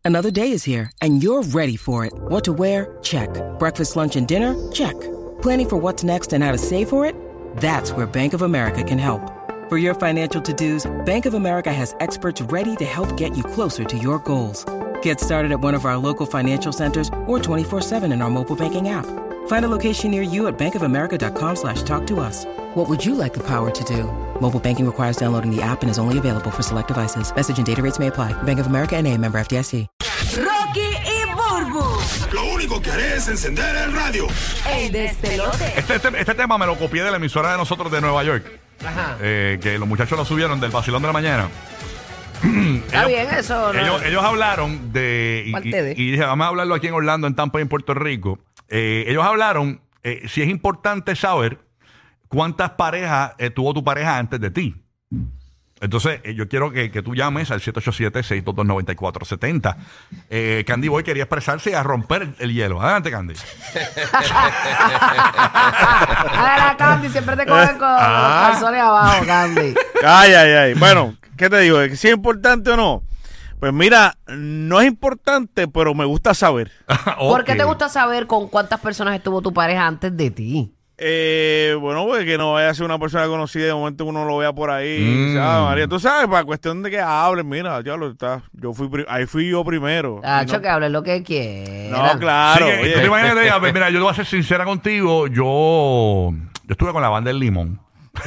Another day is here, and you're ready for it. What to wear? Check. Breakfast, lunch, and dinner? Check. Planning for what's next and how to save for it? That's where Bank of America can help. For your financial to-dos, Bank of America has experts ready to help get you closer to your goals. Get started at one of our local financial centers or 24/7 in our mobile banking app. Find a location near you at bankofamerica.com/talktous. What would you like the power to do? Mobile banking requires downloading the app and is only available for select devices. Message and data rates may apply. Bank of America N.A., member FDIC. Rocky y Burbu. Lo único que haré es encender el radio. El despelote. Este tema me lo copié de la emisora de nosotros de Nueva York. Ajá. Que los muchachos lo subieron del vacilón de la mañana. Está bien eso, ¿no? Ellos hablaron de... Y dije, vamos a hablarlo aquí en Orlando, en Tampa y en Puerto Rico. Ellos hablaron si es importante saber cuántas parejas tuvo tu pareja antes de ti. Entonces, yo quiero que tú llames al 787-622-9470. Candy Boy quería expresarse y a romper el hielo. Adelante, Candy. Ahora, Candy, siempre te cogen con los calzones abajo, Candy. Ay. Bueno, ¿qué te digo? ¿Si es importante o no? Pues mira, no es importante, pero me gusta saber. Okay. ¿Por qué te gusta saber con cuántas personas estuvo tu pareja antes de ti? Bueno, pues que no vaya a ser una persona conocida y de momento uno lo vea por ahí, ¿sabes, María? Tú sabes, para cuestión de que hablen, mira, ya lo está. Ahí fui yo primero. Tacho, que hable lo que quiera. No, claro. Sí, imagínate, mira, yo te voy a ser sincera contigo. Yo estuve con la banda del Limón.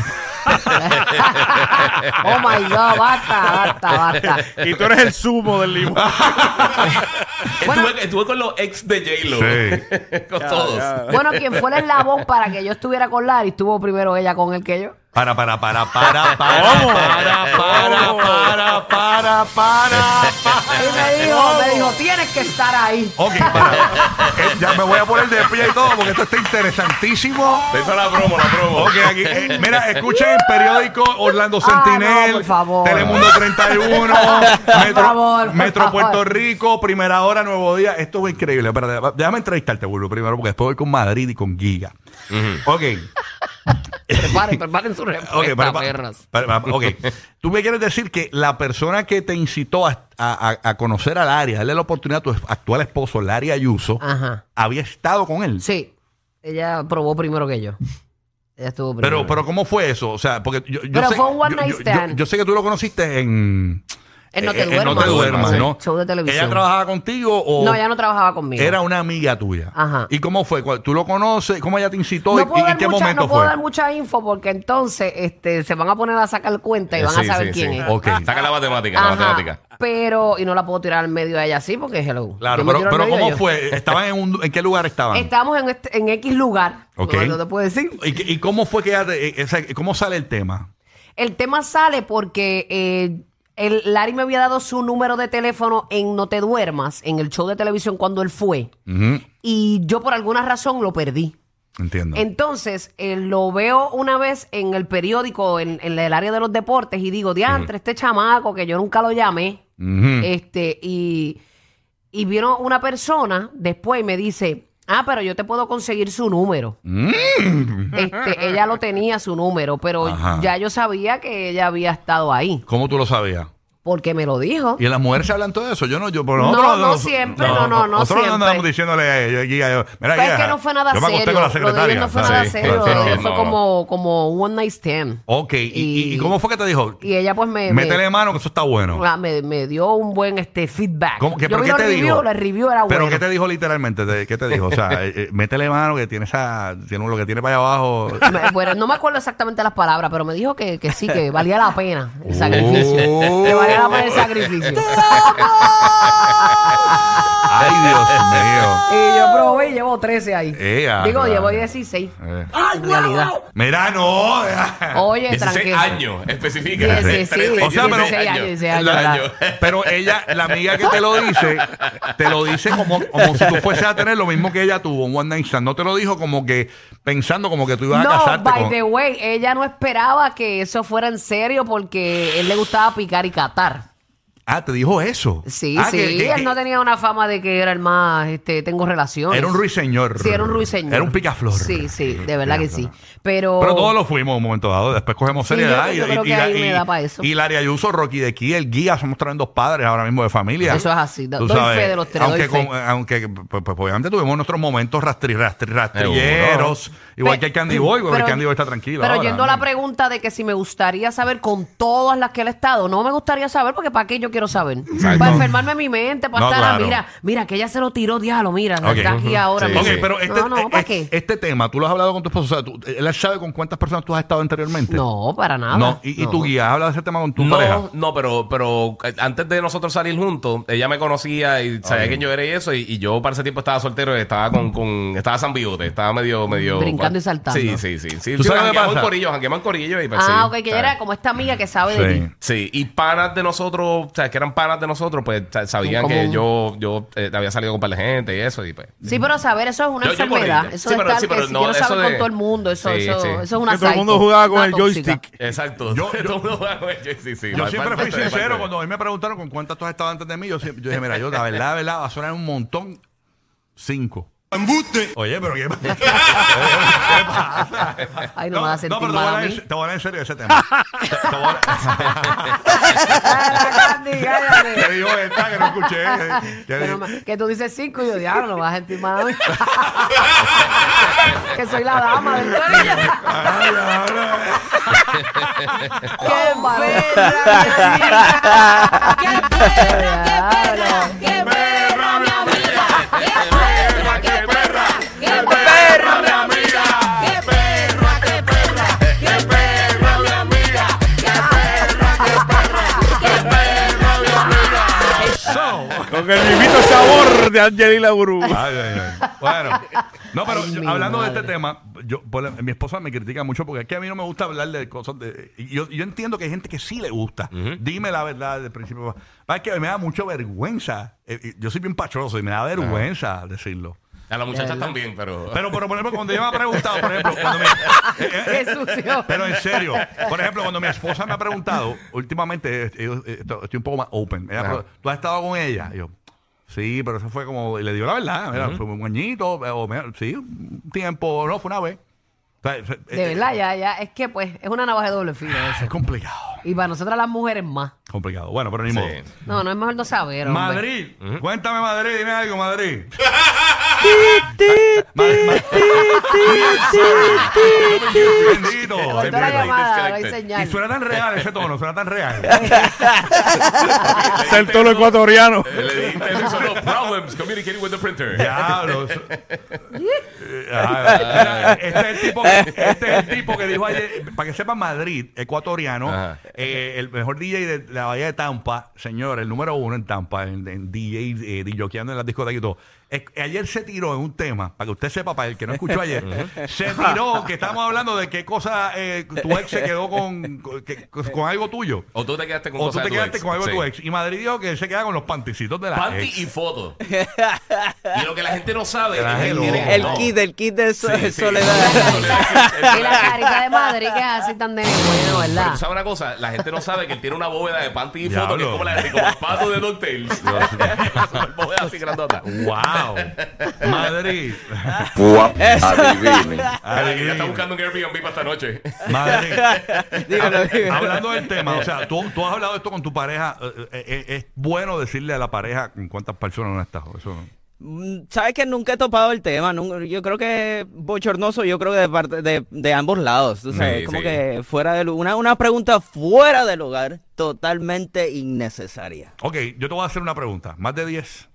Oh my God, basta. Y tú eres el zumo del limón. Estuve con los ex de J-Lo. Sí. Con todos. Bueno, quien fue el eslabón para que yo estuviera con Larry, estuvo primero ella con él que yo. Para. Y me dijo, tienes que estar ahí. Ok, ya me voy a poner de pie y todo porque esto está interesantísimo. Te hizo la promo. Ok, aquí, mira, escuchen el periódico Orlando Sentinel, no, por favor. Telemundo 31, Metro favor. Puerto Rico, Primera Hora, Nuevo Día. Esto es increíble. Espérate, déjame entrevistarte, Bulbo, primero, porque después voy con Madrid y con Giga. Ok. Preparen su respuesta, perros. Ok. Tú me quieres decir que la persona que te incitó a conocer a Larry, a darle la oportunidad a tu actual esposo, Larry Ayuso, Ajá. había estado con él. Sí, ella probó primero que yo. Ella estuvo primero. Pero ¿cómo fue eso? O sea, porque yo Pero sé, fue un one night stand. yo sé que tú lo conociste en No te duermas, ¿no? Show de televisión. ¿Ella trabajaba contigo o No, ella no trabajaba conmigo. era una amiga tuya? Ajá. ¿Y cómo fue? ¿Tú lo conoces? ¿Cómo ella te incitó? No ¿Y puedo en qué momento no puedo fue? dar mucha info porque entonces se van a poner a sacar cuenta y van a saber quién es. Ok. Saca la matemática, Ajá. Pero, y no la puedo tirar al medio a ella así porque hello. Claro, Yo me tiro al pero medio ¿cómo yo. fue? ¿Estaban en qué lugar estaban? Estábamos en X lugar. Ok. No te puedo decir. ¿Y cómo fue que ella cómo sale el tema? El tema sale porque Larry me había dado su número de teléfono en No Te Duermas, en el show de televisión cuando él fue. Ujú. Y yo por alguna razón lo perdí. Entiendo. Entonces, lo veo una vez en el periódico, en el área de los deportes, y digo, diantre, este chamaco que yo nunca lo llamé. Ujú. Y vino una persona después y me dice, pero yo te puedo conseguir su número. Ella lo tenía su número, pero Ajá. ya yo sabía que ella había estado ahí, ¿Cómo tú lo sabías? porque me lo dijo. ¿Y las mujeres se hablan todo eso? Pero No siempre, no Nosotros siempre. no andamos diciéndole a ellos. Mira, Pero es que no fue nada yo me acosté serio. con la Lo de secretaria. él no fue ¿sabes? nada Sí, serio. sí, sí. Fue como un one night stand. Ok, ¿y cómo fue que te dijo? Y ella pues Métele mano que eso está bueno. me dio un buen feedback. ¿Cómo? Yo ¿Pero vi qué los te reviews, dijo? el review era ¿Pero bueno. qué te dijo literalmente? ¿Qué te dijo? O sea, métele mano que tiene lo que tiene para allá abajo. Bueno, no me acuerdo exactamente las palabras, pero me dijo que sí, que valía la pena el sacrificio. Que valía la pena el sacrificio. Ay, Dios mío. Y yo probé y llevo 13 ahí. Digo, rayos. llevo 16. En realidad. Mira, no. Oye, 16 tranquilo. años, especifica. Sí, 13, O sea, pero- 16 años, 16 años. La- ¿verdad? Pero ella, la amiga que te lo dice como si tú fueses a tener lo mismo que ella tuvo, un one night stand. No te lo dijo como que pensando como que tú ibas a No, casarte by con... the way, ella no esperaba que eso fuera en serio porque él le gustaba picar y catar. Ah, te dijo eso. Sí, sí. Él no tenía una fama de que era el más, tengo relaciones. Era un ruiseñor. Sí, era un ruiseñor. Era un picaflor. Sí, de verdad que sí. Pero todos lo fuimos en un momento dado. Después cogemos seriedad. yo creo que ahí me da para eso. Y Larry Ayuso, Rocky de aquí, el guía, somos tremendos padres ahora mismo de familia. Eso es así. Doy sabes, fe de los tres. Aunque pues, obviamente tuvimos nuestros momentos rastrilleros. Igual que el Candy Boy, porque el Candy Boy está tranquilo. Pero ahora, yendo a la pregunta de que si me gustaría saber con todas las que él ha estado, no me gustaría saber porque ¿para qué yo quiero saber? Exacto. Para enfermarme mi mente, para estar, claro. mira, que ella se lo tiró, diablo, mira, está aquí ahora. Sí, mismo. sí. pero ¿para qué? este tema, ¿tú lo has hablado con tu esposo? O sea, ¿él sabe con cuántas personas tú has estado anteriormente? No, para nada. No. ¿Y tu guía has hablado de ese tema con tu pareja? No, pero antes de nosotros salir juntos, ella me conocía y sabía quién yo era y eso. Y yo para ese tiempo estaba soltero, estaba estaba San Bigote, estaba medio brincando y saltando. Sí. ¿Tú sabes qué pasa? Jangueamos en corillo y pues, ok, que ella era como esta amiga que sabe de ti. Sí, y panas de nosotros, o sea, que eran panas de nosotros, pues sabían que yo había salido con un par de gente y eso. Y, pues, sí, pero saber, eso es una yo enfermedad. por eso de estar que si quiero saber con todo el mundo, eso es una Que todo el mundo jugaba con el joystick. Exacto. Yo Sí. Yo siempre fui sincero cuando a mí me preguntaron con cuántas tú has estado antes de mí. Yo dije, mira, la verdad, va a sonar un montón. 5. ¡Embuste! Oye, pero ¿qué pasa? Ay, no me vas a sentir pero mal a mí. te voy a hablar en serio de ese tema. Cállate. Te digo esta que no escuché. Que tú dices 5 y yo, diablo, no me vas a sentir mal a mí. Que soy la dama del corillo. ¡Qué perra! ¡Qué perra! ¡Qué perra, mi amiga! ¡Qué perra, qué perra! ¡Qué perra, mi amiga! ¡Qué perra, qué perra! ¡Qué perra, mi amiga! ¡Qué perra, qué perra! ¡Qué perra, mi amiga! Con el mismito sabor de Angelina Gurú. Bueno, no, pero Ay, hablando madre. de este tema, mi esposa me critica mucho porque es que a mí no me gusta hablar de cosas yo entiendo que hay gente que sí le gusta. Dime la verdad desde el principio. Es que me da mucha vergüenza. Yo soy bien pachoso y me da vergüenza decirlo. A las muchachas también, pero... Pero, por ejemplo, cuando ella me ha preguntado, por ejemplo, ¡Qué sucio! pero en serio, por ejemplo, cuando mi esposa me ha preguntado, últimamente estoy un poco más open. ¿Tú has estado con ella? Y yo, sí, pero eso fue como, y le digo la verdad, mira, fue un añito, sí, un tiempo, no, fue una vez. O sea, De verdad, ya, es que pues es una navaja de doble filo eso. es complicado. Y para nosotras las mujeres más. Complicado. Bueno, pero ni modo. No es mejor no saber, hombre. Madrid, cuéntame Madrid, dime algo, Madrid. Bendito. Cortó la llamada, no hay señal. Y suena tan real ese tono, suena tan real. Es el tono ecuatoriano. Le dijiste eso, solo problems communicating with the printer. Diablo. Este es el tipo que dijo ayer, para que sepan, Madrid, ecuatoriano, el mejor DJ de la Bahía de Tampa, señor, el número 1 en Tampa, en DJ, DJokeando en las discotecas y todo. Ayer se tiró en un tema, para que usted sepa, para el que no escuchó ayer, se tiró que estamos hablando de qué cosa tu ex se quedó con algo tuyo. O tú te quedaste con O tú cosas te de tu quedaste ex. con algo de tu Sí. ex. Y Madrid dijo que él se queda con los panticitos de la Panty ex. y foto. Y lo que la gente no sabe La es que gente él no. tiene... El kit de soledad. Y la carita de Madrid que es así tan de bueno, Pero ¿verdad? tú sabes una cosa, la gente no sabe que él tiene una bóveda de panty y foto que es Diablo. como el pato de DuckTales. Una bóveda así grandota. ¡Wow! Madrid. Adivine. Ella está buscando un Airbnb para esta noche. Madrid. Dígalo. Hablando del tema, o sea, tú has hablado de esto con tu pareja. Es bueno decirle a la pareja con cuántas personas no has estado. Eso no. Sabes que nunca he topado el tema. Yo creo que bochornoso, yo creo que de parte de ambos lados. Tú sabes, Sí, como sí. que fuera de una pregunta fuera del lugar, totalmente innecesaria. Ok, yo te voy a hacer una pregunta. ¿Más de 10?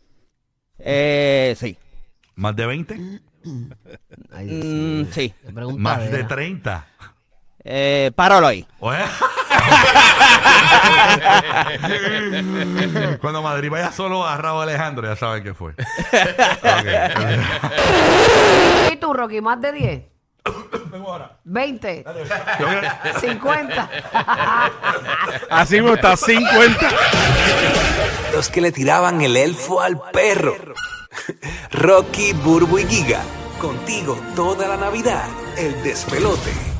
Sí. ¿Más de 20? Ay, Dios mío. Sí. Qué preguntadera. ¿Más de 30? Páralo ahí. Oye. Cuando Madrid vaya solo a Raúl Alejandro, ya saben qué fue. ¿Y tú, Rocky, más de 10? 20, 50. Así me está 50. Los que le tiraban el elfo al perro. Rocky, Burbu y Giga. Contigo toda la Navidad. El despelote.